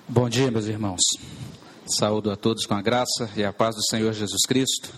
Bom dia, meus irmãos. Saúdo a todos com a graça e a paz do Senhor Jesus Cristo.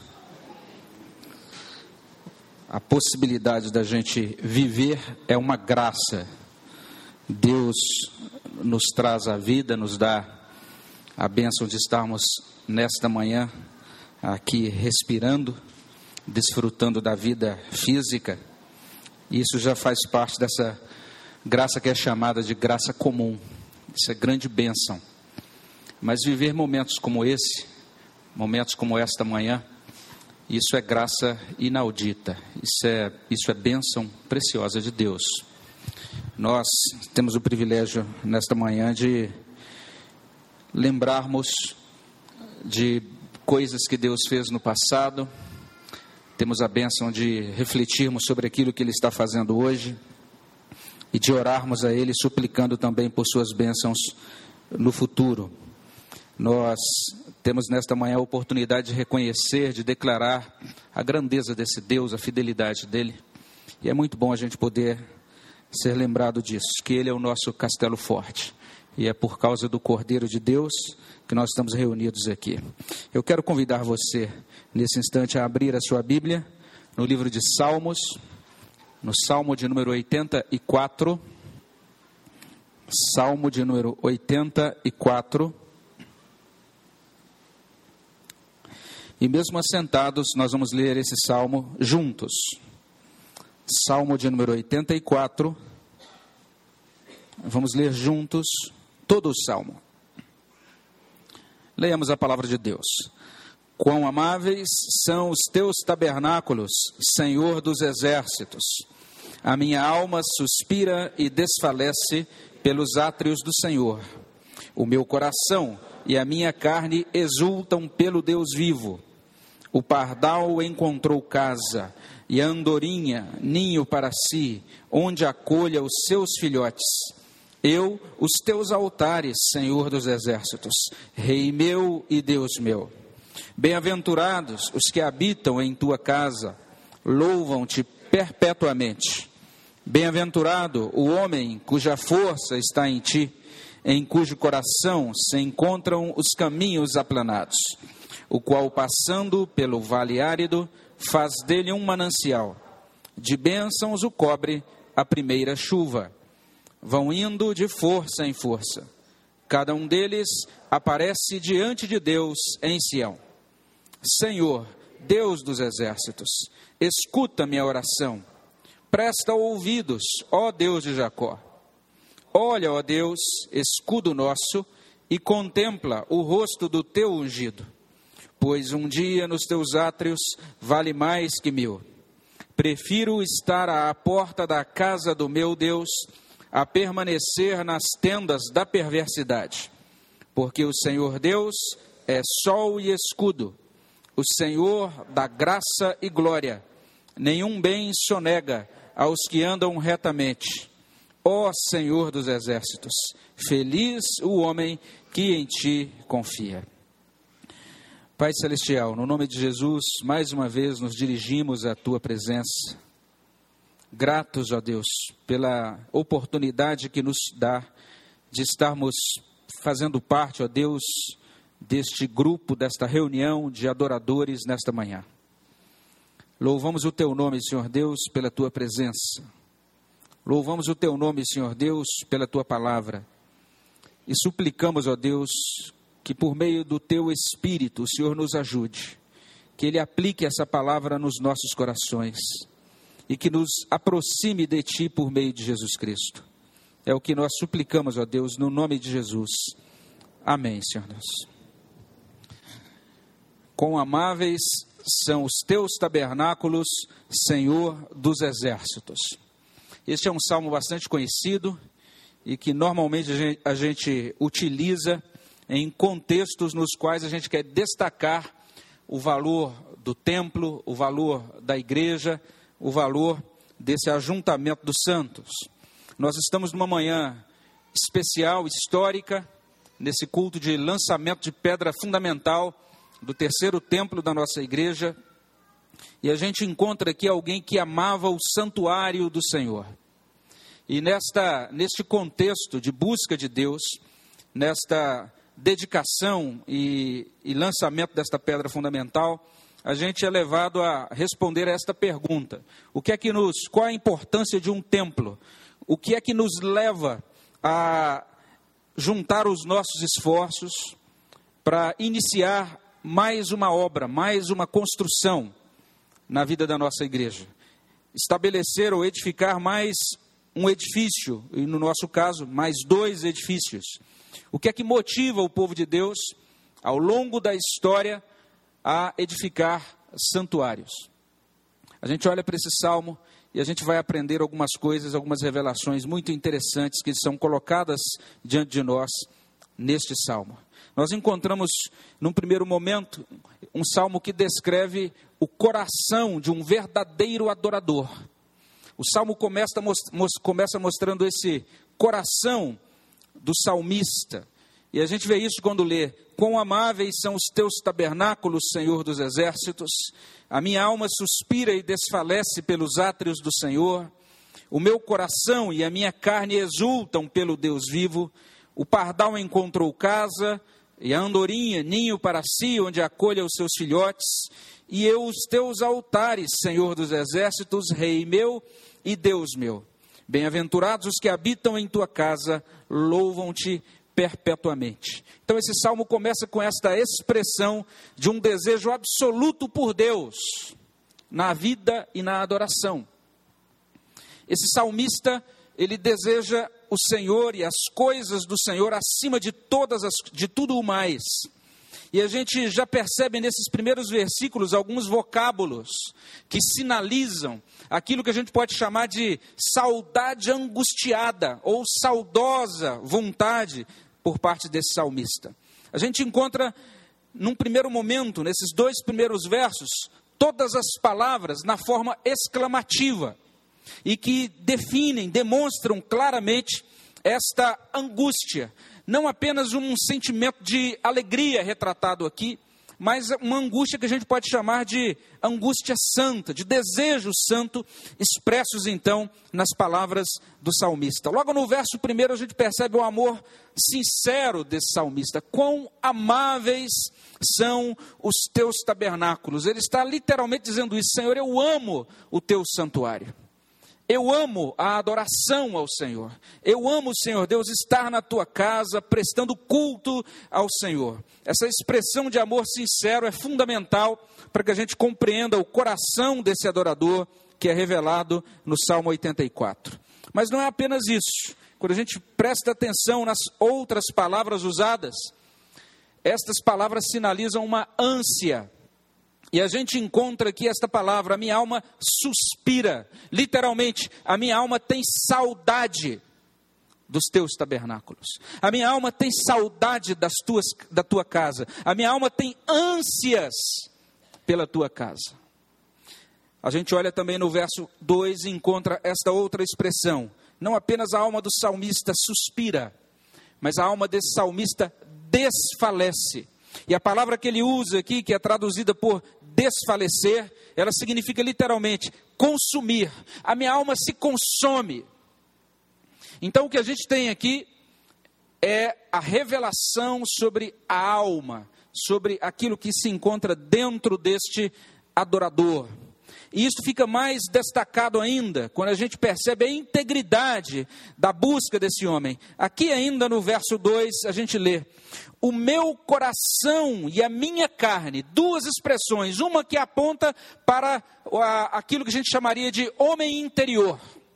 A possibilidade da gente viver é uma graça. Deus nos traz a vida, nos dá a bênção de estarmos nesta manhã aqui respirando, desfrutando da vida física. Isso já faz parte dessa graça que é chamada de graça comum. Isso é grande bênção. Mas viver momentos como esse, momentos como esta manhã, isso é graça inaudita. Isso é bênção preciosa de Deus. Nós temos o privilégio nesta manhã de lembrarmos de coisas que Deus fez no passado. Temos a bênção de refletirmos sobre aquilo que Ele está fazendo hoje e de orarmos a Ele, suplicando também por suas bênçãos no futuro. Nós temos nesta manhã a oportunidade de reconhecer, de declarar a grandeza desse Deus, a fidelidade dEle. E é muito bom a gente poder ser lembrado disso, que Ele é o nosso castelo forte. E é por causa do Cordeiro de Deus que nós estamos reunidos aqui. Eu quero convidar você, nesse instante, a abrir a sua Bíblia no livro de Salmos, no Salmo de número 84. Salmo de número 84. E mesmo assentados, nós vamos ler esse salmo juntos. Salmo de número 84. Vamos ler juntos todo o salmo. Leiamos a palavra de Deus. Quão amáveis são os teus tabernáculos, Senhor dos exércitos. A minha alma suspira e desfalece pelos átrios do Senhor. O meu coração e a minha carne exultam pelo Deus vivo. O pardal encontrou casa, e a andorinha ninho para si, onde acolha os seus filhotes. Eu, os teus altares, Senhor dos exércitos, Rei meu e Deus meu. Bem-aventurados os que habitam em tua casa, louvam-te perpetuamente. Bem-aventurado o homem cuja força está em ti, em cujo coração se encontram os caminhos aplanados, o qual, passando pelo vale árido, faz dele um manancial. De bênçãos o cobre a primeira chuva. Vão indo de força em força. Cada um deles aparece diante de Deus em Sião. Senhor, Deus dos exércitos, escuta minha oração. Presta ouvidos, ó Deus de Jacó. Olha, ó Deus, escudo nosso, e contempla o rosto do teu ungido. Pois um dia nos teus átrios vale mais que 1000. Prefiro estar à porta da casa do meu Deus a permanecer nas tendas da perversidade. Porque o Senhor Deus é sol e escudo, o Senhor dá graça e glória. Nenhum bem sonega aos que andam retamente. Ó Senhor dos exércitos, feliz o homem que em ti confia. Pai Celestial, no nome de Jesus, mais uma vez nos dirigimos à tua presença. Gratos, ó Deus, pela oportunidade que nos dá de estarmos fazendo parte, ó Deus, deste grupo, desta reunião de adoradores nesta manhã. Louvamos o teu nome, Senhor Deus, pela tua presença. Louvamos o teu nome, Senhor Deus, pela tua palavra. E suplicamos, ó Deus, que por meio do teu Espírito o Senhor nos ajude, que Ele aplique essa palavra nos nossos corações e que nos aproxime de ti por meio de Jesus Cristo. É o que nós suplicamos, ó Deus, no nome de Jesus. Amém, Senhor Deus. Quão amáveis são os teus tabernáculos, Senhor dos exércitos. Este é um salmo bastante conhecido e que normalmente a gente utiliza em contextos nos quais a gente quer destacar o valor do templo, o valor da igreja, o valor desse ajuntamento dos santos. Nós estamos numa manhã especial, histórica, nesse culto de lançamento de pedra fundamental do terceiro templo da nossa igreja, e a gente encontra aqui alguém que amava o santuário do Senhor. E neste contexto de busca de Deus, nesta dedicação e lançamento desta pedra fundamental, a gente é levado a responder a esta pergunta: qual a importância de um templo? O que é que nos leva a juntar os nossos esforços para iniciar mais uma obra, mais uma construção na vida da nossa igreja? Estabelecer ou edificar mais um edifício, e no nosso caso, mais 2 edifícios. O que é que motiva o povo de Deus, ao longo da história, a edificar santuários? A gente olha para esse salmo e a gente vai aprender algumas coisas, algumas revelações muito interessantes que são colocadas diante de nós neste salmo. Nós encontramos, num primeiro momento, um salmo que descreve o coração de um verdadeiro adorador. O salmo começa mostrando esse coração do salmista. E a gente vê isso quando lê: quão amáveis são os teus tabernáculos, Senhor dos exércitos. A minha alma suspira e desfalece pelos átrios do Senhor. O meu coração e a minha carne exultam pelo Deus vivo. O pardal encontrou casa, e a andorinha ninho para si, onde acolha os seus filhotes. E eu os teus altares, Senhor dos exércitos, Rei meu e Deus meu. Bem-aventurados os que habitam em tua casa, louvam-te perpetuamente. Então esse salmo começa com esta expressão de um desejo absoluto por Deus, na vida e na adoração. Esse salmista, ele deseja o Senhor e as coisas do Senhor acima de tudo o mais. E a gente já percebe nesses primeiros versículos alguns vocábulos que sinalizam aquilo que a gente pode chamar de saudade angustiada ou saudosa vontade por parte desse salmista. A gente encontra, num primeiro momento, nesses 2 primeiros versos, todas as palavras na forma exclamativa e que demonstram claramente esta angústia. Não apenas um sentimento de alegria retratado aqui, mas uma angústia que a gente pode chamar de angústia santa, de desejo santo, expressos então nas palavras do salmista. Logo no verso 1 a gente percebe o amor sincero desse salmista. Quão amáveis são os teus tabernáculos. Ele está literalmente dizendo isso: Senhor, eu amo o teu santuário. Eu amo a adoração ao Senhor. Eu amo, Senhor Deus, estar na tua casa, prestando culto ao Senhor. Essa expressão de amor sincero é fundamental para que a gente compreenda o coração desse adorador que é revelado no Salmo 84. Mas não é apenas isso. Quando a gente presta atenção nas outras palavras usadas, estas palavras sinalizam uma ânsia. E a gente encontra aqui esta palavra: a minha alma suspira. Literalmente, a minha alma tem saudade dos teus tabernáculos. A minha alma tem saudade da tua casa. A minha alma tem ânsias pela tua casa. A gente olha também no verso 2 e encontra esta outra expressão. Não apenas a alma do salmista suspira, mas a alma desse salmista desfalece. E a palavra que ele usa aqui, que é traduzida por desfalecer, ela significa literalmente consumir. A minha alma se consome. Então o que a gente tem aqui é a revelação sobre a alma, sobre aquilo que se encontra dentro deste adorador. E isso fica mais destacado ainda quando a gente percebe a integridade da busca desse homem. Aqui ainda no verso 2 a gente lê: o meu coração e a minha carne, 2 expressões, uma que aponta para aquilo que a gente chamaria de homem interior,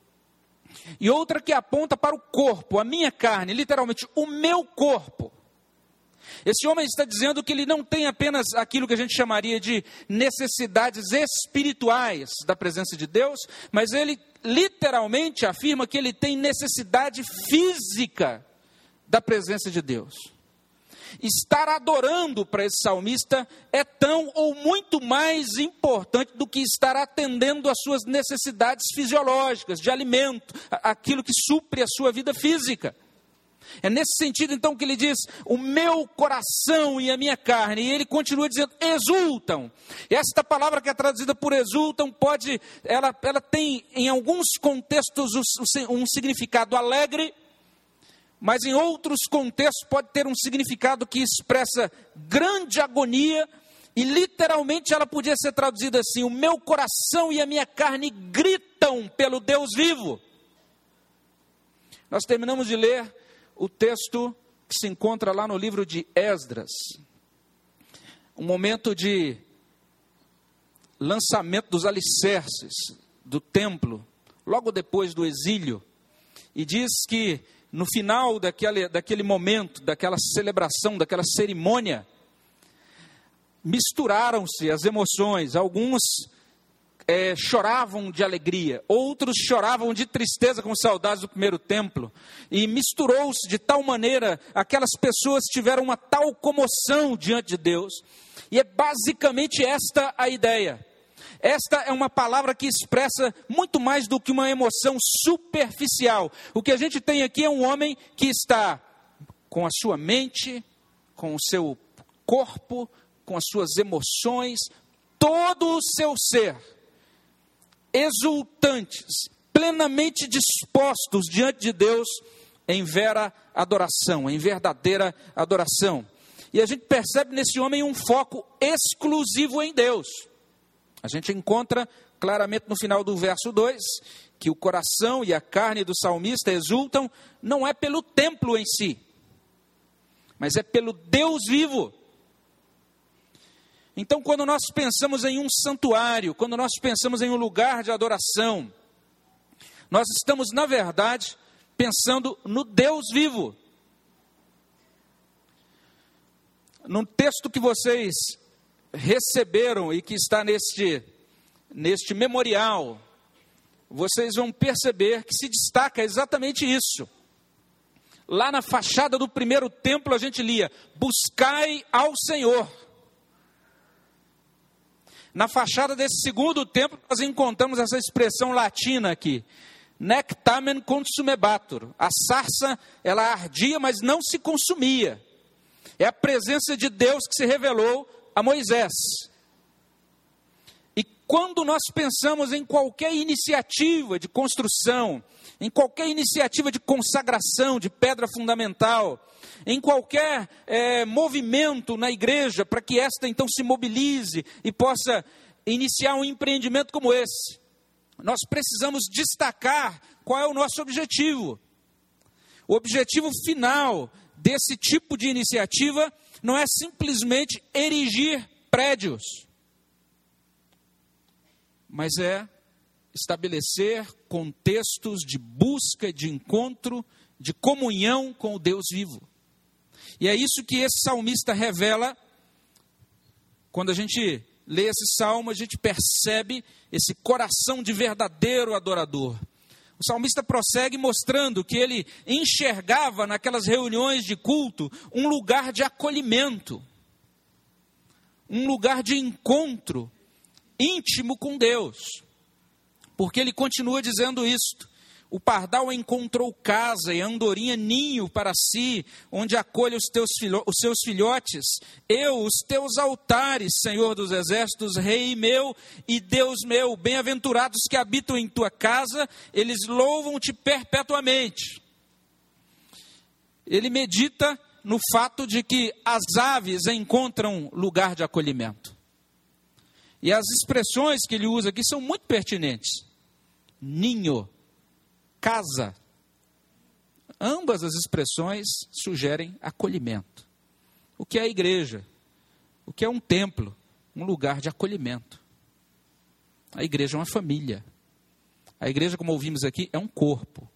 e outra que aponta para o corpo, a minha carne, literalmente o meu corpo. Esse homem está dizendo que ele não tem apenas aquilo que a gente chamaria de necessidades espirituais da presença de Deus, mas ele literalmente afirma que ele tem necessidade física da presença de Deus. Estar adorando para esse salmista é tão ou muito mais importante do que estar atendendo às suas necessidades fisiológicas, de alimento, aquilo que supre a sua vida física. É nesse sentido então que ele diz: o meu coração e a minha carne. E ele continua dizendo: exultam. E esta palavra que é traduzida por exultam, ela tem em alguns contextos um significado alegre, mas em outros contextos pode ter um significado que expressa grande agonia, e literalmente ela podia ser traduzida assim: o meu coração e a minha carne gritam pelo Deus vivo. Nós terminamos de ler o texto que se encontra lá no livro de Esdras, um momento de lançamento dos alicerces do templo, logo depois do exílio, e diz que no final daquele momento, daquela celebração, daquela cerimônia, misturaram-se as emoções. Alguns choravam de alegria, outros choravam de tristeza com saudades do primeiro templo, e misturou-se de tal maneira, aquelas pessoas tiveram uma tal comoção diante de Deus, e é basicamente esta a ideia. Esta é uma palavra que expressa muito mais do que uma emoção superficial. O que a gente tem aqui é um homem que está com a sua mente, com o seu corpo, com as suas emoções, todo o seu ser, exultantes, plenamente dispostos diante de Deus em vera adoração, em verdadeira adoração. E a gente percebe nesse homem um foco exclusivo em Deus. A gente encontra claramente no final do verso 2, que o coração e a carne do salmista exultam, não é pelo templo em si, mas é pelo Deus vivo. Então, quando nós pensamos em um santuário, quando nós pensamos em um lugar de adoração, nós estamos, na verdade, pensando no Deus vivo. No texto que vocês receberam e que está neste memorial, vocês vão perceber que se destaca exatamente isso. Lá na fachada do primeiro templo a gente lia: buscai ao Senhor. Na fachada desse segundo templo nós encontramos essa expressão latina aqui: nec tamen consumebatur. A sarça, ela ardia, mas não se consumia. É a presença de Deus que se revelou a Moisés. E quando nós pensamos em qualquer iniciativa de construção, em qualquer iniciativa de consagração de pedra fundamental, em qualquer movimento na igreja para que esta então se mobilize e possa iniciar um empreendimento como esse, nós precisamos destacar qual é o nosso objetivo. O objetivo final desse tipo de iniciativa não é simplesmente erigir prédios, mas é estabelecer contextos de busca, de encontro, de comunhão com o Deus vivo. E é isso que esse salmista revela. Quando a gente lê esse salmo, a gente percebe esse coração de verdadeiro adorador. O salmista prossegue mostrando que ele enxergava naquelas reuniões de culto um lugar de acolhimento, um lugar de encontro íntimo com Deus. Porque ele continua dizendo isto: o pardal encontrou casa e a andorinha ninho para si, onde acolhe os seus filhotes. Eu, os teus altares, Senhor dos exércitos, Rei meu e Deus meu, bem-aventurados que habitam em tua casa, eles louvam-te perpetuamente. Ele medita no fato de que as aves encontram lugar de acolhimento. E as expressões que ele usa aqui são muito pertinentes. Ninho, casa. Ambas as expressões sugerem acolhimento. O que é a igreja? O que é um templo? Um lugar de acolhimento. A igreja é uma família. A igreja, como ouvimos aqui, é um corpo.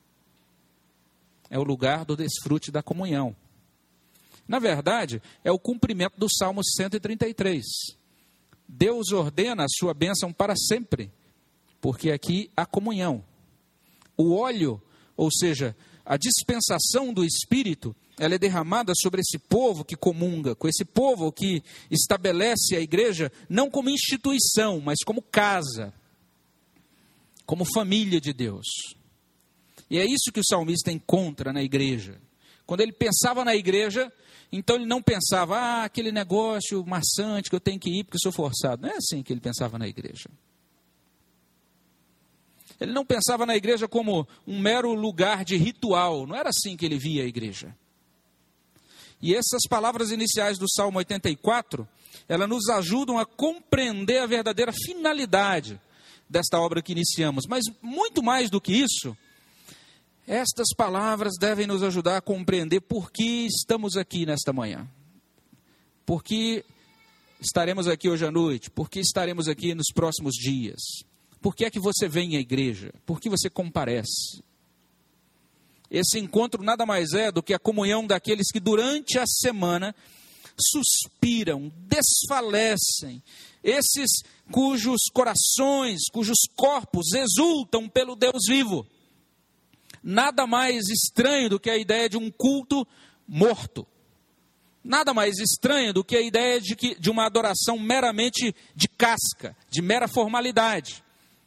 É o lugar do desfrute da comunhão. Na verdade, é o cumprimento do Salmo 133. Deus ordena a sua bênção para sempre, porque aqui há comunhão. O óleo, ou seja, a dispensação do Espírito, ela é derramada sobre esse povo que comunga, com esse povo que estabelece a igreja não como instituição, mas como casa, como família de Deus. E é isso que o salmista encontra na igreja. Quando ele pensava na igreja, então ele não pensava, aquele negócio maçante que eu tenho que ir porque eu sou forçado. Não é assim que ele pensava na igreja. Ele não pensava na igreja como um mero lugar de ritual. Não era assim que ele via a igreja. E essas palavras iniciais do Salmo 84, elas nos ajudam a compreender a verdadeira finalidade desta obra que iniciamos. Mas muito mais do que isso, estas palavras devem nos ajudar a compreender por que estamos aqui nesta manhã. Por que estaremos aqui hoje à noite? Por que estaremos aqui nos próximos dias? Por que é que você vem à igreja? Por que você comparece? Esse encontro nada mais é do que a comunhão daqueles que durante a semana suspiram, desfalecem, esses cujos corações, cujos corpos exultam pelo Deus vivo. Nada mais estranho do que a ideia de um culto morto. Nada mais estranho do que a ideia de uma adoração meramente de casca, de mera formalidade.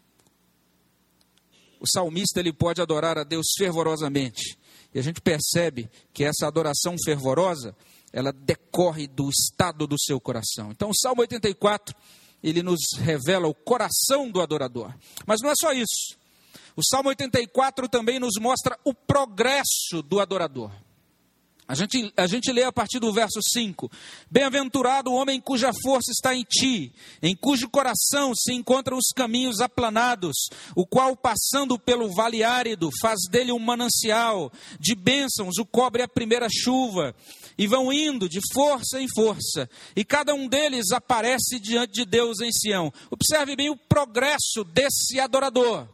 O salmista, ele pode adorar a Deus fervorosamente. E a gente percebe que essa adoração fervorosa, ela decorre do estado do seu coração. Então, o Salmo 84, ele nos revela o coração do adorador. Mas não é só isso. O Salmo 84 também nos mostra o progresso do adorador. A gente lê a partir do verso 5. Bem-aventurado o homem cuja força está em ti, em cujo coração se encontram os caminhos aplanados, o qual, passando pelo vale árido, faz dele um manancial, de bênçãos o cobre a primeira chuva, e vão indo de força em força, e cada um deles aparece diante de Deus em Sião. Observe bem o progresso desse adorador.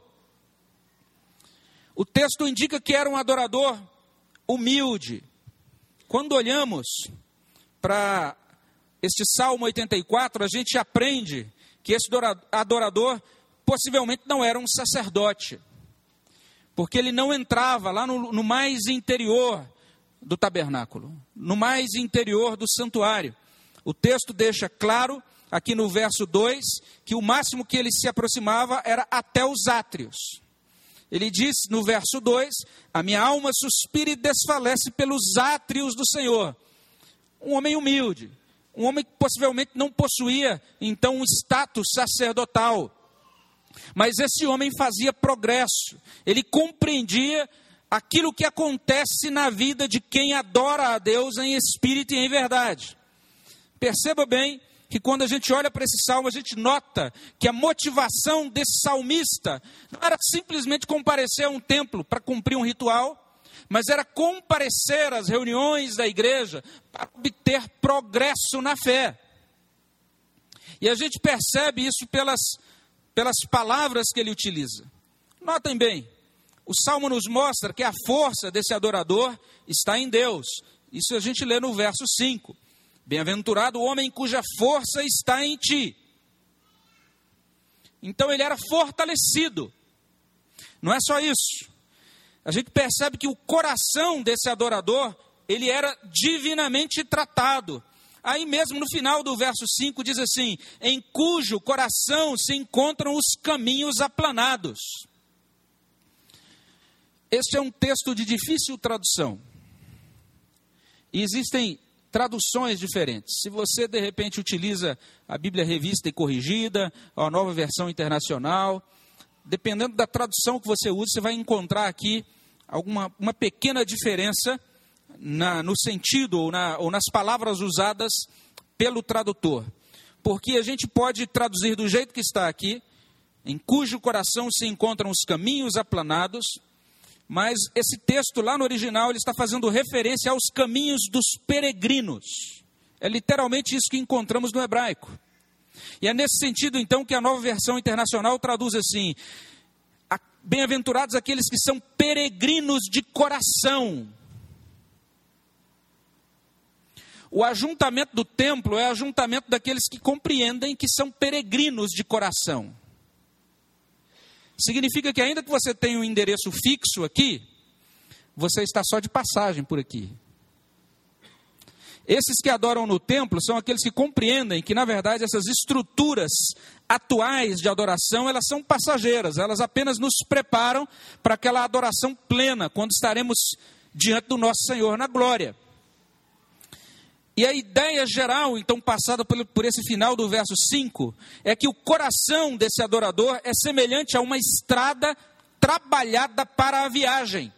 O texto indica que era um adorador humilde. Quando olhamos para este Salmo 84, a gente aprende que esse adorador possivelmente não era um sacerdote, porque ele não entrava lá no mais interior do tabernáculo, no mais interior do santuário. O texto deixa claro, aqui no verso 2, que o máximo que ele se aproximava era até os átrios. Ele diz no verso 2, a minha alma suspira e desfalece pelos átrios do Senhor. Um homem humilde, um homem que possivelmente não possuía, então, um status sacerdotal. Mas esse homem fazia progresso, ele compreendia aquilo que acontece na vida de quem adora a Deus em espírito e em verdade. Perceba bem que quando a gente olha para esse salmo, a gente nota que a motivação desse salmista não era simplesmente comparecer a um templo para cumprir um ritual, mas era comparecer às reuniões da igreja para obter progresso na fé. E a gente percebe isso pelas palavras que ele utiliza. Notem bem, o salmo nos mostra que a força desse adorador está em Deus. Isso a gente lê no verso 5. Bem-aventurado o homem cuja força está em ti. Então ele era fortalecido. Não é só isso. A gente percebe que o coração desse adorador, ele era divinamente tratado. Aí mesmo no final do verso 5 diz assim, em cujo coração se encontram os caminhos aplanados. Este é um texto de difícil tradução. E existem traduções diferentes. Se você de repente utiliza a Bíblia Revista e Corrigida, a Nova Versão Internacional, dependendo da tradução que você usa, você vai encontrar aqui uma pequena diferença no sentido ou nas palavras usadas pelo tradutor. Porque a gente pode traduzir do jeito que está aqui, em cujo coração se encontram os caminhos aplanados, mas esse texto lá no original, ele está fazendo referência aos caminhos dos peregrinos. É literalmente isso que encontramos no hebraico. E é nesse sentido, então, que a Nova Versão Internacional traduz assim, bem-aventurados aqueles que são peregrinos de coração. O ajuntamento do templo é ajuntamento daqueles que compreendem que são peregrinos de coração. Significa que ainda que você tenha um endereço fixo aqui, você está só de passagem por aqui. Esses que adoram no templo são aqueles que compreendem que, na verdade, essas estruturas atuais de adoração, elas são passageiras, elas apenas nos preparam para aquela adoração plena, quando estaremos diante do nosso Senhor na glória. E a ideia geral, então, passada por esse final do verso 5, é que o coração desse adorador é semelhante a uma estrada trabalhada para a viagem.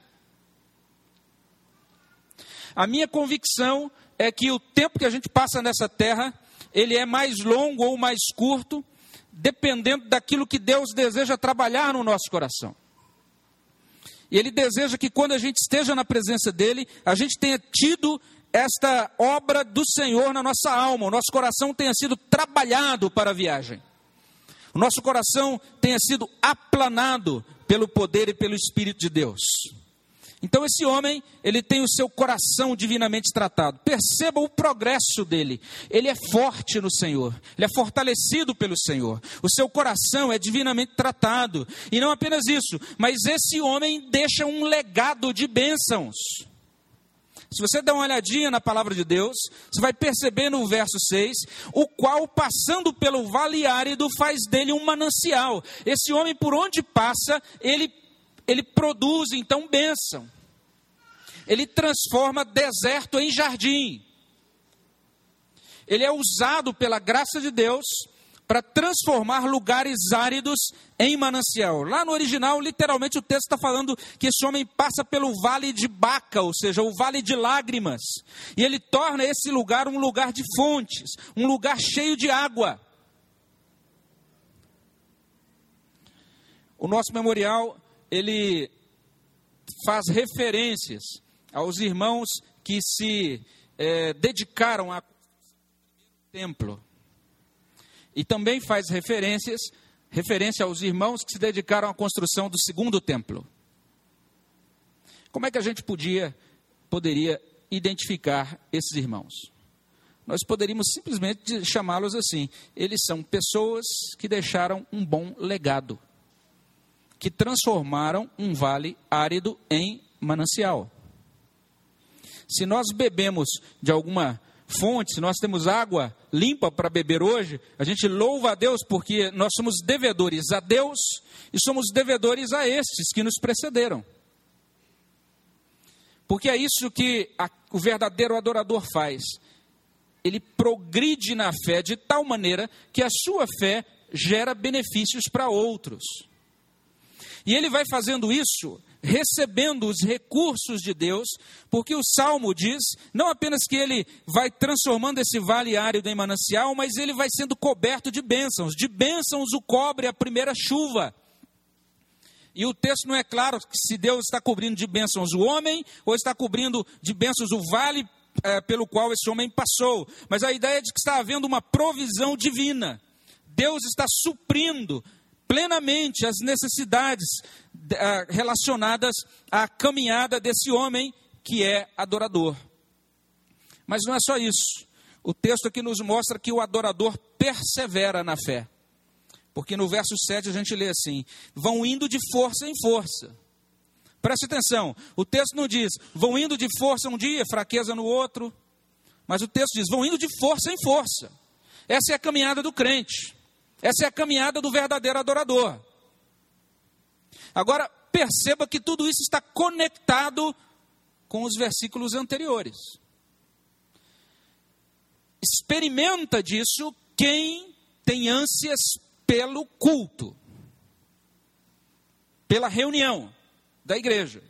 A minha convicção é que o tempo que a gente passa nessa terra, ele é mais longo ou mais curto, dependendo daquilo que Deus deseja trabalhar no nosso coração. E Ele deseja que quando a gente esteja na presença dEle, a gente tenha tido esta obra do Senhor na nossa alma, o nosso coração tenha sido trabalhado para a viagem. O nosso coração tenha sido aplanado pelo poder e pelo Espírito de Deus. Então esse homem, ele tem o seu coração divinamente tratado. Perceba o progresso dele. Ele é forte no Senhor. Ele é fortalecido pelo Senhor. O seu coração é divinamente tratado. E não apenas isso, mas esse homem deixa um legado de bênçãos. Se você der uma olhadinha na palavra de Deus, você vai perceber no verso 6, o qual passando pelo vale árido faz dele um manancial. Esse homem por onde passa, ele produz então bênção. Ele transforma deserto em jardim. Ele é usado pela graça de Deus para transformar lugares áridos em manancial. Lá no original, literalmente o texto está falando que esse homem passa pelo vale de Baca, ou seja, o vale de lágrimas. E ele torna esse lugar um lugar de fontes, um lugar cheio de água. O nosso memorial, ele faz referências aos irmãos que se dedicaram ao templo. E também faz referência aos irmãos que se dedicaram à construção do segundo templo. Como é que a gente poderia identificar esses irmãos? Nós poderíamos simplesmente chamá-los assim. Eles são pessoas que deixaram um bom legado, que transformaram um vale árido em manancial. Se nós bebemos de alguma fonte, se nós temos água limpa para beber hoje, a gente louva a Deus porque nós somos devedores a Deus e somos devedores a estes que nos precederam. Porque é isso que o verdadeiro adorador faz. Ele progride na fé de tal maneira que a sua fé gera benefícios para outros. E ele vai fazendo isso, recebendo os recursos de Deus, porque o Salmo diz, não apenas que ele vai transformando esse vale árido em manancial, mas ele vai sendo coberto de bênçãos o cobre a primeira chuva. E o texto não é claro se Deus está cobrindo de bênçãos o homem, ou está cobrindo de bênçãos o vale pelo qual esse homem passou, mas a ideia é de que está havendo uma provisão divina. Deus está suprindo plenamente as necessidades relacionadas à caminhada desse homem que é adorador. Mas não é só isso. O texto aqui nos mostra que o adorador persevera na fé. Porque no verso 7 a gente lê assim, vão indo de força em força. Preste atenção, o texto não diz, vão indo de força um dia, fraqueza no outro. Mas o texto diz, vão indo de força em força. Essa é a caminhada do crente. Essa é a caminhada do verdadeiro adorador. Agora, perceba que tudo isso está conectado com os versículos anteriores. Experimenta disso quem tem ânsias pelo culto, pela reunião da igreja.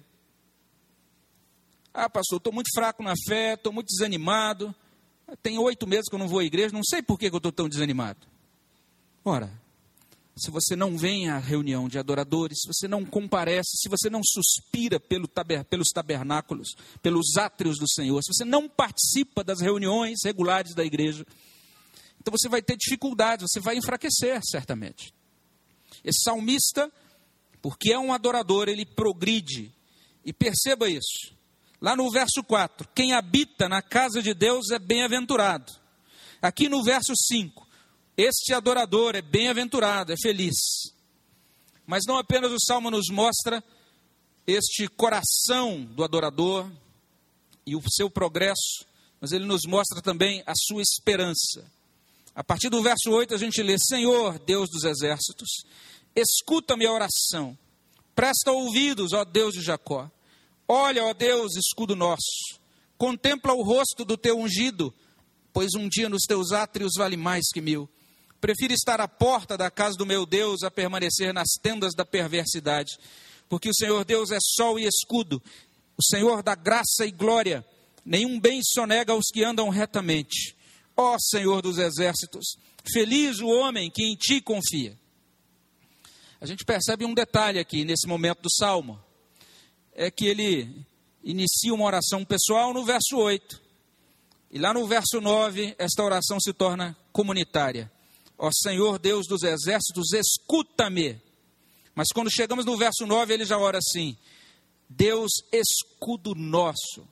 Ah, pastor, estou muito fraco na fé, estou muito desanimado. Tem 8 meses que eu não vou à igreja, não sei por que eu estou tão desanimado. Ora, se você não vem à reunião de adoradores, se você não comparece, se você não suspira pelos tabernáculos, pelos átrios do Senhor, se você não participa das reuniões regulares da igreja, então você vai ter dificuldades, você vai enfraquecer certamente. Esse salmista, porque é um adorador, ele progride. E perceba isso. Lá no verso 4, quem habita na casa de Deus é bem-aventurado. Aqui no verso 5, este adorador é bem-aventurado, é feliz. Mas não apenas o Salmo nos mostra este coração do adorador e o seu progresso, mas ele nos mostra também a sua esperança. A partir do verso 8 a gente lê, Senhor, Deus dos exércitos, escuta minha oração, presta ouvidos, ó Deus de Jacó. Olha, ó Deus, escudo nosso, contempla o rosto do teu ungido, pois um dia nos teus átrios vale mais que 1000. Prefiro estar à porta da casa do meu Deus a permanecer nas tendas da perversidade. porque o Senhor Deus é sol e escudo, o Senhor dá graça e glória, nenhum bem sonega aos que andam retamente. Ó Senhor dos exércitos, feliz o homem que em ti confia. A gente percebe um detalhe aqui nesse momento do Salmo, é que ele inicia uma oração pessoal no verso 8, e lá no verso 9, esta oração se torna comunitária. Ó Senhor Deus dos exércitos, escuta-me. Mas quando chegamos no verso 9, ele já ora assim: Deus, escudo nosso.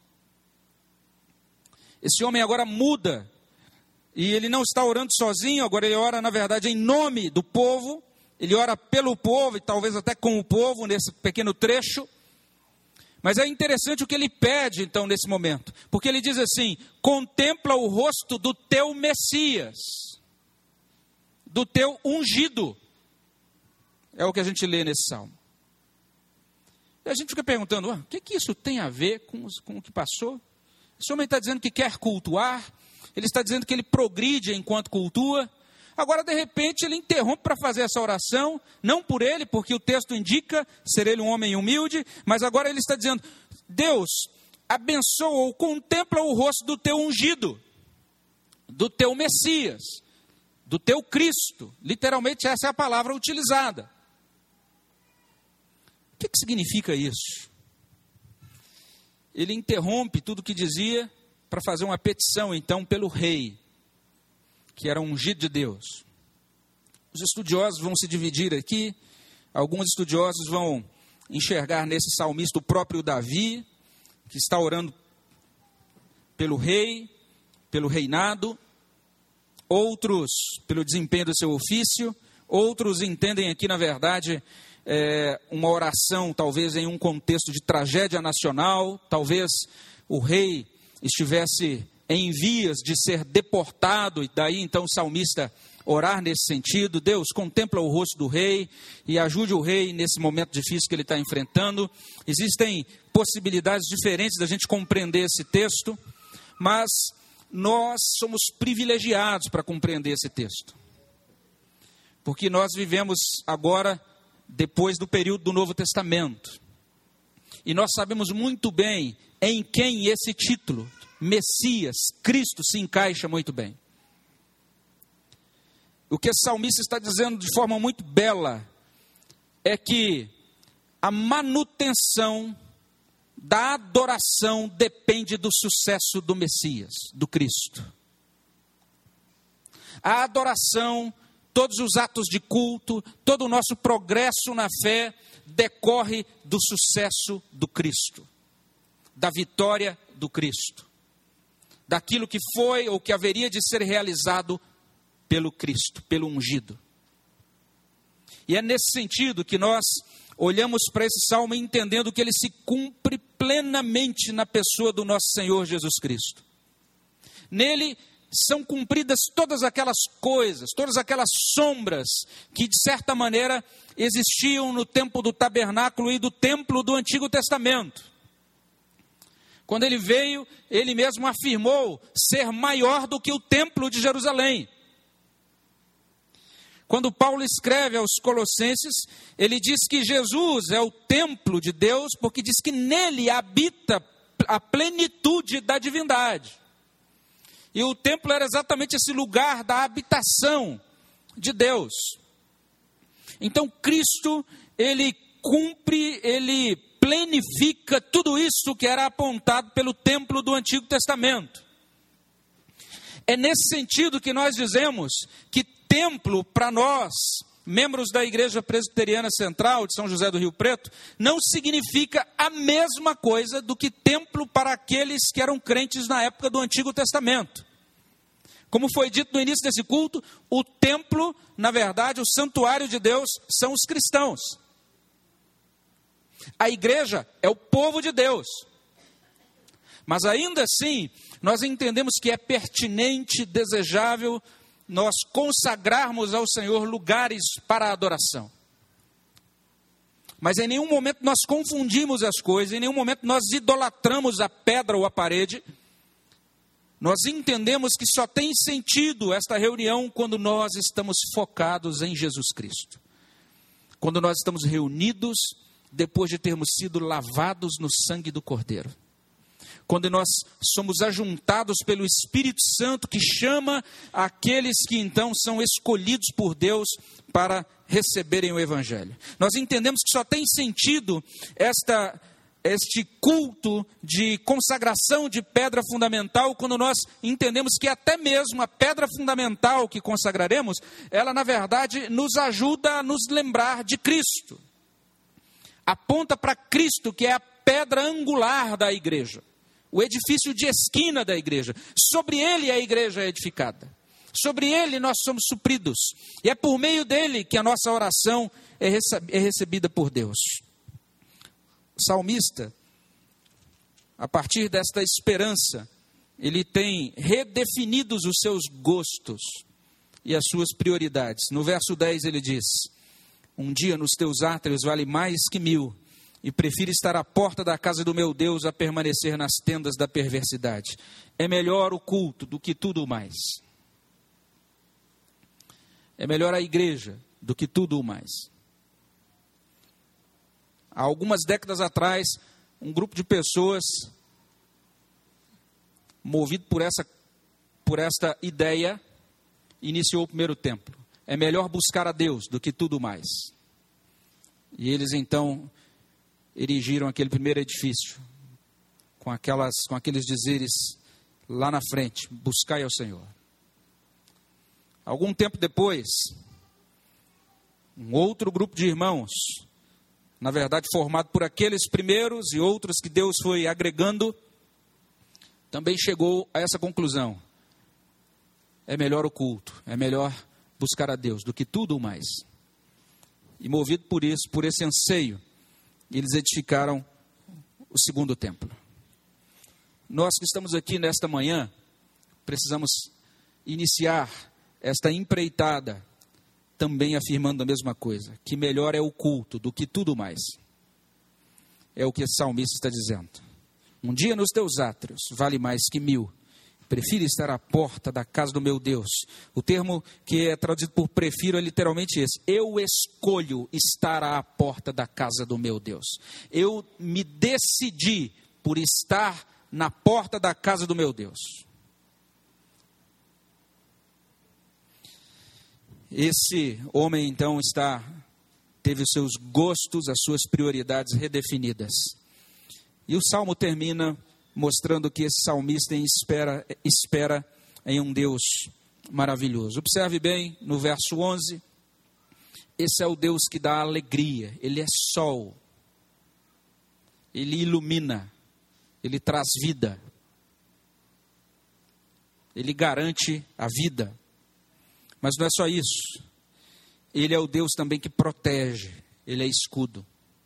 Esse homem agora muda, e ele não está orando sozinho, agora ele ora, na verdade, em nome do povo, ele ora pelo povo, e talvez até com o povo, nesse pequeno trecho. Mas é interessante o que ele pede, então, nesse momento, porque ele diz assim: contempla o rosto do teu Messias, do teu ungido. É o que a gente lê nesse salmo. E a gente fica perguntando, o que isso tem a ver com o que passou? Esse homem está dizendo que quer cultuar, ele está dizendo que ele progride enquanto cultua. Agora, de repente, ele interrompe para fazer essa oração, não por ele, porque o texto indica ser ele um homem humilde, mas agora ele está dizendo: Deus, abençoa ou contempla o rosto do teu ungido, do teu Messias, do teu Cristo. Literalmente essa é a palavra utilizada. O que significa isso? Ele interrompe tudo o que dizia para fazer uma petição, então, pelo rei, que era ungido de Deus. Os estudiosos vão se dividir aqui. Alguns estudiosos vão enxergar nesse salmista o próprio Davi, que está orando pelo rei, pelo reinado. Outros pelo desempenho do seu ofício. Outros entendem aqui, na verdade, uma oração, talvez em um contexto de tragédia nacional. Talvez o rei estivesse em vias de ser deportado, e daí então o salmista orar nesse sentido. Deus, contempla o rosto do rei e ajude o rei nesse momento difícil que ele está enfrentando. Existem possibilidades diferentes da gente compreender esse texto, mas nós somos privilegiados para compreender esse texto, porque nós vivemos agora depois do período do Novo Testamento, e nós sabemos muito bem em quem esse título Messias, Cristo, se encaixa muito bem. O que esse salmista está dizendo de forma muito bela é que a manutenção da adoração depende do sucesso do Messias, do Cristo. A adoração, todos os atos de culto, todo o nosso progresso na fé decorre do sucesso do Cristo, da vitória do Cristo, daquilo que foi ou que haveria de ser realizado pelo Cristo, pelo ungido. E é nesse sentido que nós olhamos para esse salmo entendendo que ele se cumpre plenamente na pessoa do nosso Senhor Jesus Cristo. Nele são cumpridas todas aquelas coisas, todas aquelas sombras que de certa maneira existiam no tempo do tabernáculo e do templo do Antigo Testamento. Quando ele veio, ele mesmo afirmou ser maior do que o templo de Jerusalém. Quando Paulo escreve aos Colossenses, ele diz que Jesus é o templo de Deus, porque diz que nele habita a plenitude da divindade. E o templo era exatamente esse lugar da habitação de Deus. Então Cristo, ele cumpre, ele plenifica tudo isso que era apontado pelo templo do Antigo Testamento. É nesse sentido que nós dizemos que templo para nós, membros da Igreja Presbiteriana Central de São José do Rio Preto, não significa a mesma coisa do que templo para aqueles que eram crentes na época do Antigo Testamento. Como foi dito no início desse culto, o templo, na verdade, o santuário de Deus são os cristãos. A igreja é o povo de Deus. Mas ainda assim, nós entendemos que é pertinente, desejável, nós consagrarmos ao Senhor lugares para a adoração. Mas em nenhum momento nós confundimos as coisas, em nenhum momento nós idolatramos a pedra ou a parede. Nós entendemos que só tem sentido esta reunião quando nós estamos focados em Jesus Cristo. Quando nós estamos reunidos depois de termos sido lavados no sangue do Cordeiro. Quando nós somos ajuntados pelo Espírito Santo, que chama aqueles que então são escolhidos por Deus para receberem o Evangelho. Nós entendemos que só tem sentido este culto de consagração de pedra fundamental quando nós entendemos que até mesmo a pedra fundamental que consagraremos, ela na verdade nos ajuda a nos lembrar de Cristo. Aponta para Cristo, que é a pedra angular da igreja. O edifício de esquina da igreja. Sobre ele a igreja é edificada. Sobre ele nós somos supridos. E é por meio dele que a nossa oração é recebida por Deus. O salmista, a partir desta esperança, ele tem redefinidos os seus gostos e as suas prioridades. No verso 10 ele diz: um dia nos teus átrios vale mais que 1000. E prefiro estar à porta da casa do meu Deus a permanecer nas tendas da perversidade. É melhor o culto do que tudo mais. É melhor a igreja do que tudo mais. Há algumas décadas atrás, um grupo de pessoas, movido por esta ideia, iniciou o primeiro templo. É melhor buscar a Deus do que tudo mais. E eles então erigiram aquele primeiro edifício, com aqueles dizeres lá na frente: buscai ao Senhor. Algum tempo depois, um outro grupo de irmãos, na verdade formado por aqueles primeiros e outros que Deus foi agregando, também chegou a essa conclusão: é melhor o culto, é melhor buscar a Deus do que tudo mais. E movido por isso, por esse anseio, eles edificaram o segundo templo. Nós que estamos aqui nesta manhã, precisamos iniciar esta empreitada também afirmando a mesma coisa, que melhor é o culto do que tudo mais. É o que esse salmista está dizendo. Um dia nos teus átrios vale mais que 1000. Prefiro estar à porta da casa do meu Deus. O termo que é traduzido por prefiro é literalmente esse: eu escolho estar à porta da casa do meu Deus. Eu me decidi por estar na porta da casa do meu Deus. Esse homem então teve os seus gostos, as suas prioridades redefinidas. E o salmo termina mostrando que esse salmista espera em um Deus maravilhoso. Observe bem no verso 11, esse é o Deus que dá alegria, ele é sol, ele ilumina, ele traz vida, ele garante a vida. Mas não é só isso, ele é o Deus também que protege, ele é escudo.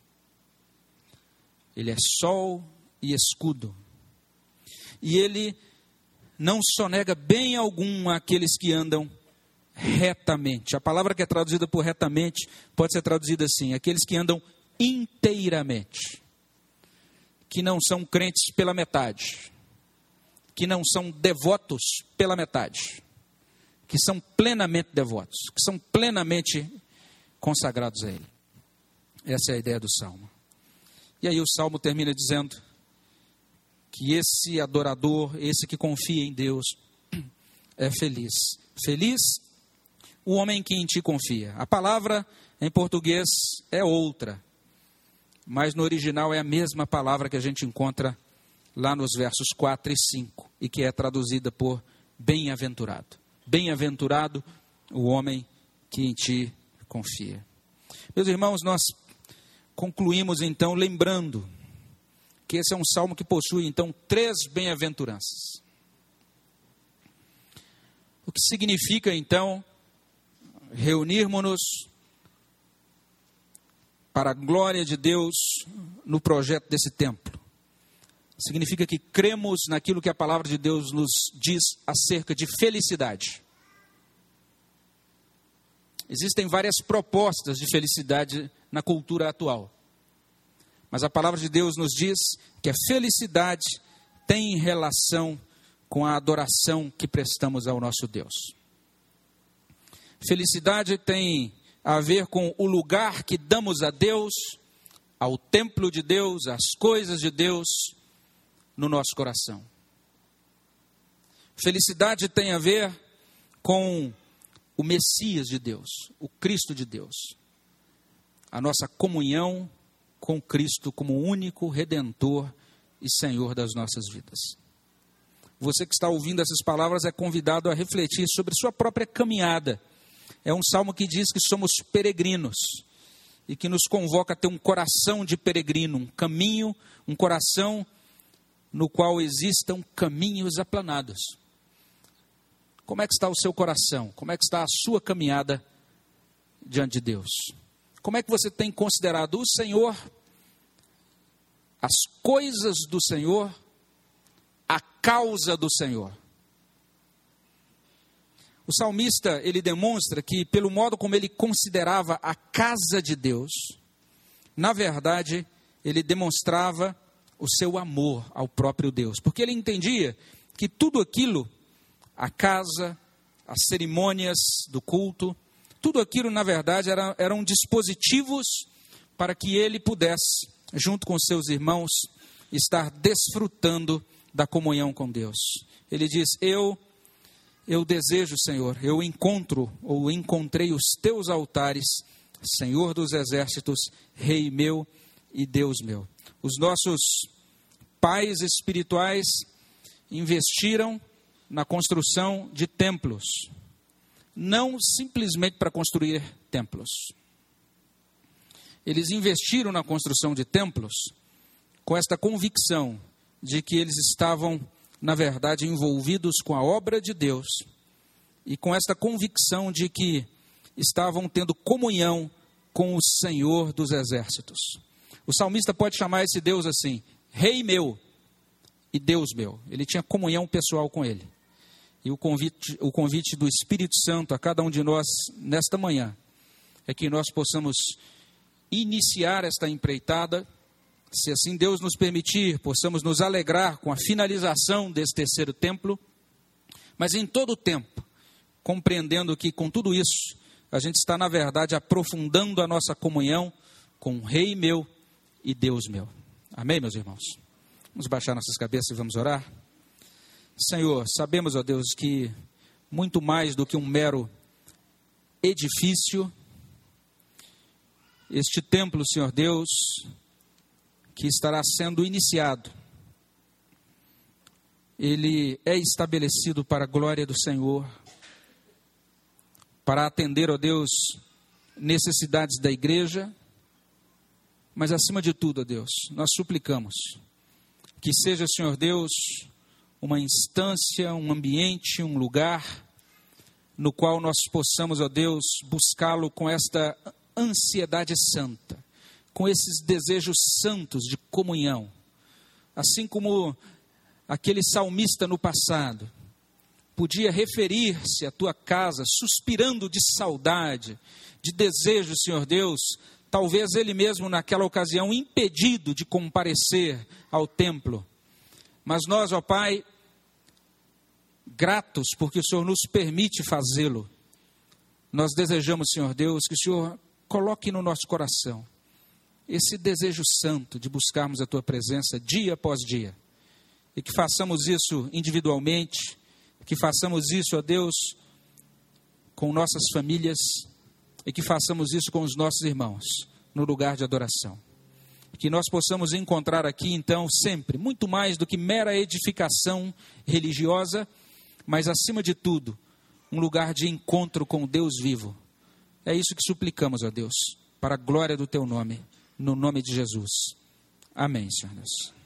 Ele é sol e escudo. E ele não sonega bem algum àqueles que andam retamente. A palavra que é traduzida por retamente pode ser traduzida assim: aqueles que andam inteiramente. Que não são crentes pela metade. Que não são devotos pela metade. Que são plenamente devotos. Que são plenamente consagrados a Ele. Essa é a ideia do Salmo. E aí o Salmo termina dizendo que esse adorador, esse que confia em Deus, é feliz. Feliz o homem que em ti confia. A palavra em português é outra, mas no original é a mesma palavra que a gente encontra lá nos versos 4 e 5, e que é traduzida por bem-aventurado. Bem-aventurado o homem que em ti confia. Meus irmãos, nós concluímos então lembrando que esse é um salmo que possui então 3 bem-aventuranças. O que significa então reunirmos-nos para a glória de Deus no projeto desse templo. Significa que cremos naquilo que a palavra de Deus nos diz acerca de felicidade. Existem várias propostas de felicidade na cultura atual. Mas a palavra de Deus nos diz que a felicidade tem relação com a adoração que prestamos ao nosso Deus. Felicidade tem a ver com o lugar que damos a Deus ao templo de Deus, às coisas de Deus no nosso coração. Felicidade tem a ver com o Messias de Deus, o Cristo de Deus. A nossa comunhão com Cristo como único Redentor e Senhor das nossas vidas. Você que está ouvindo essas palavras é convidado a refletir sobre sua própria caminhada. É um salmo que diz que somos peregrinos e que nos convoca a ter um coração de peregrino, um caminho, um coração no qual existam caminhos aplanados. Como é que está o seu coração? Como é que está a sua caminhada diante de Deus? Como é que você tem considerado o Senhor, as coisas do Senhor, a causa do Senhor? O salmista, ele demonstra que, pelo modo como ele considerava a casa de Deus, na verdade, ele demonstrava o seu amor ao próprio Deus. Porque ele entendia que tudo aquilo, a casa, as cerimônias do culto, tudo aquilo, na verdade, eram dispositivos para que ele pudesse, junto com seus irmãos, estar desfrutando da comunhão com Deus. Ele diz, eu desejo, Senhor, eu encontrei os teus altares, Senhor dos exércitos, Rei meu e Deus meu. Os nossos pais espirituais investiram na construção de templos, não simplesmente para construir templos. Eles investiram na construção de templos com esta convicção de que eles estavam, na verdade, envolvidos com a obra de Deus e com esta convicção de que estavam tendo comunhão com o Senhor dos exércitos. O salmista pode chamar esse Deus assim, Rei meu e Deus meu. Ele tinha comunhão pessoal com ele. E o convite do Espírito Santo a cada um de nós nesta manhã é que nós possamos iniciar esta empreitada, se assim Deus nos permitir, possamos nos alegrar com a finalização desse terceiro templo, mas em todo o tempo, compreendendo que com tudo isso, a gente está na verdade aprofundando a nossa comunhão com o Rei meu e Deus meu. Amém, meus irmãos? Vamos baixar nossas cabeças e vamos orar? Senhor, sabemos, ó Deus, que muito mais do que um mero edifício, este templo, Senhor Deus, que estará sendo iniciado, ele é estabelecido para a glória do Senhor, para atender, ó Deus, necessidades da igreja, mas acima de tudo, ó Deus, nós suplicamos que seja, Senhor Deus, uma instância, um ambiente, um lugar no qual nós possamos, ó Deus, buscá-lo com esta ansiedade santa, com esses desejos santos de comunhão, assim como aquele salmista no passado podia referir-se à tua casa, suspirando de saudade, de desejo, Senhor Deus, talvez ele mesmo naquela ocasião impedido de comparecer ao templo, mas nós, ó Pai, gratos porque o Senhor nos permite fazê-lo, nós desejamos, Senhor Deus, que o Senhor coloque no nosso coração esse desejo santo de buscarmos a tua presença dia após dia, e que façamos isso individualmente, que façamos isso, ó Deus, com nossas famílias, e que façamos isso com os nossos irmãos, no lugar de adoração. Que nós possamos encontrar aqui, então, sempre, muito mais do que mera edificação religiosa, mas, acima de tudo, um lugar de encontro com o Deus vivo. É isso que suplicamos, ó Deus, para a glória do teu nome, no nome de Jesus. Amém, Senhor Deus.